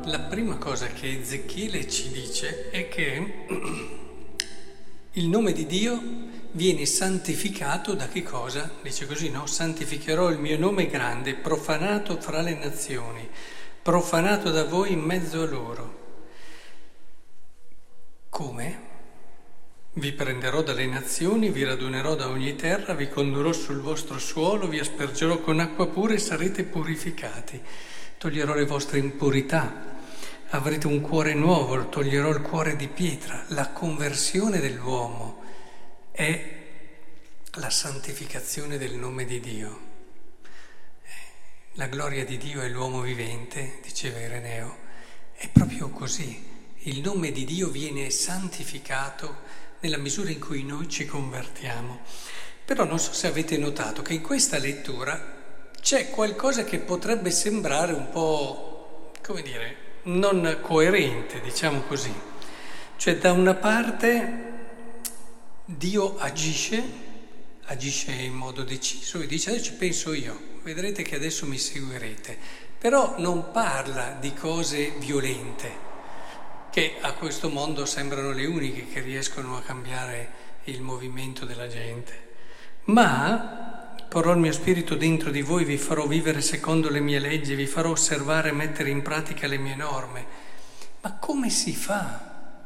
La prima cosa che Ezechiele ci dice è che il nome di Dio viene santificato da che cosa? Dice così, no? Santificherò il mio nome grande, profanato fra le nazioni, profanato da voi in mezzo a loro. Come? Vi prenderò dalle nazioni, vi radunerò da ogni terra, vi condurrò sul vostro suolo, vi aspergerò con acqua pura e sarete purificati. Toglierò le vostre impurità. Avrete un cuore nuovo, toglierò il cuore di pietra. La conversione dell'uomo è la santificazione del nome di Dio. La gloria di Dio è l'uomo vivente, diceva Ireneo. È proprio così. Il nome di Dio viene santificato nella misura in cui noi ci convertiamo. Però non so se avete notato che in questa lettura c'è qualcosa che potrebbe sembrare un po', come dire, non coerente, diciamo così. Cioè da una parte Dio agisce in modo deciso e dice adesso ci penso io, vedrete che adesso mi seguirete, però non parla di cose violente che a questo mondo sembrano le uniche che riescono a cambiare il movimento della gente, ma porrò il mio spirito dentro di voi, vi farò vivere secondo le mie leggi, vi farò osservare e mettere in pratica le mie norme. Ma come si fa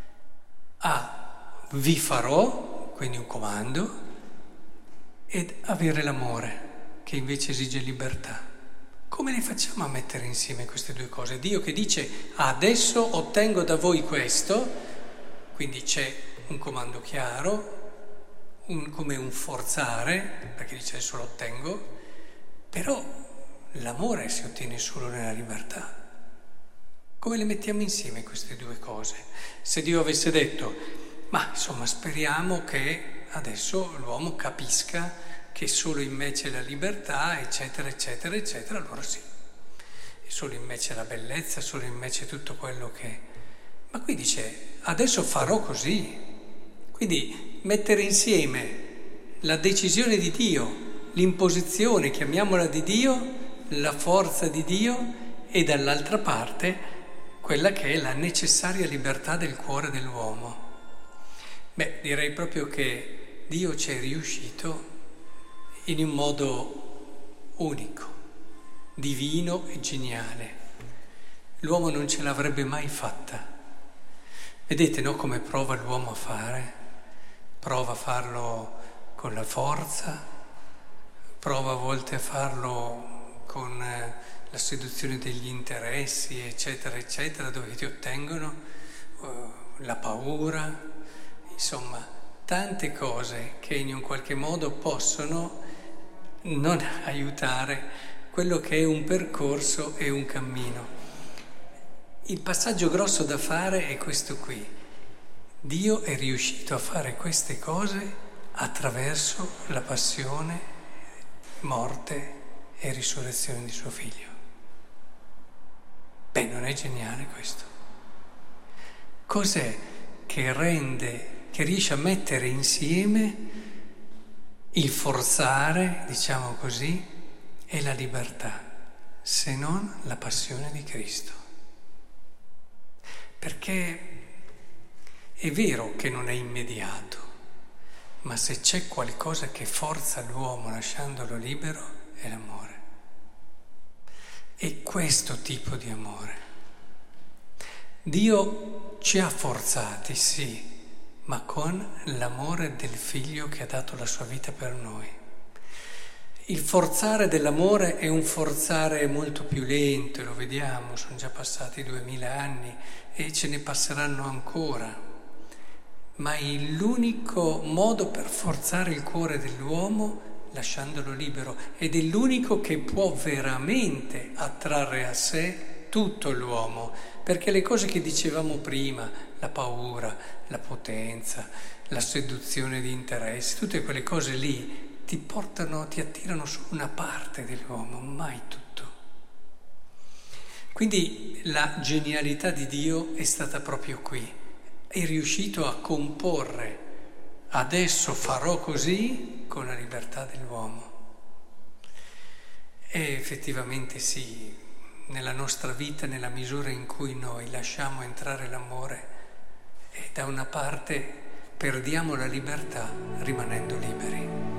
a vi farò, quindi un comando, ed avere l'amore, che invece esige libertà? Come le facciamo a mettere insieme queste due cose? Dio che dice adesso ottengo da voi questo, quindi c'è un comando chiaro, come un forzare, perché dice adesso lo ottengo, però l'amore si ottiene solo nella libertà. Come le mettiamo insieme queste due cose? Se Dio avesse detto, ma insomma speriamo che adesso l'uomo capisca che solo in me c'è la libertà, eccetera, eccetera, eccetera, allora sì. E solo in me c'è la bellezza, solo in me c'è tutto quello che... Ma qui dice, adesso farò così. Quindi mettere insieme la decisione di Dio, l'imposizione, chiamiamola di Dio, la forza di Dio e dall'altra parte quella che è la necessaria libertà del cuore dell'uomo. Beh, direi proprio che Dio ci è riuscito in un modo unico, divino e geniale. L'uomo non ce l'avrebbe mai fatta. Vedete, no, come prova l'uomo a fare? Prova a farlo con la forza, prova a volte a farlo con la seduzione degli interessi, eccetera, eccetera, dove ti ottengono la paura, insomma, tante cose che in un qualche modo possono non aiutare quello che è un percorso e un cammino. Il passaggio grosso da fare è questo qui. Dio è riuscito a fare queste cose attraverso la passione, morte e risurrezione di suo figlio. Beh, non è geniale questo? Cos'è che riesce a mettere insieme il forzare, diciamo così, e la libertà, se non la passione di Cristo? Perché è vero che non è immediato, ma se c'è qualcosa che forza l'uomo lasciandolo libero è l'amore. E questo tipo di amore. Dio ci ha forzati, sì, ma con l'amore del Figlio che ha dato la sua vita per noi. Il forzare dell'amore è un forzare molto più lento, lo vediamo, sono già passati 2000 anni e ce ne passeranno ancora. Ma è l'unico modo per forzare il cuore dell'uomo lasciandolo libero ed è l'unico che può veramente attrarre a sé tutto l'uomo, perché le cose che dicevamo prima, la paura, la potenza, la seduzione di interessi, tutte quelle cose lì ti attirano su una parte dell'uomo, mai tutto. Quindi la genialità di Dio è stata proprio qui. È riuscito a comporre, adesso farò così, con la libertà dell'uomo. E effettivamente sì, nella nostra vita, nella misura in cui noi lasciamo entrare l'amore e da una parte perdiamo la libertà rimanendo liberi.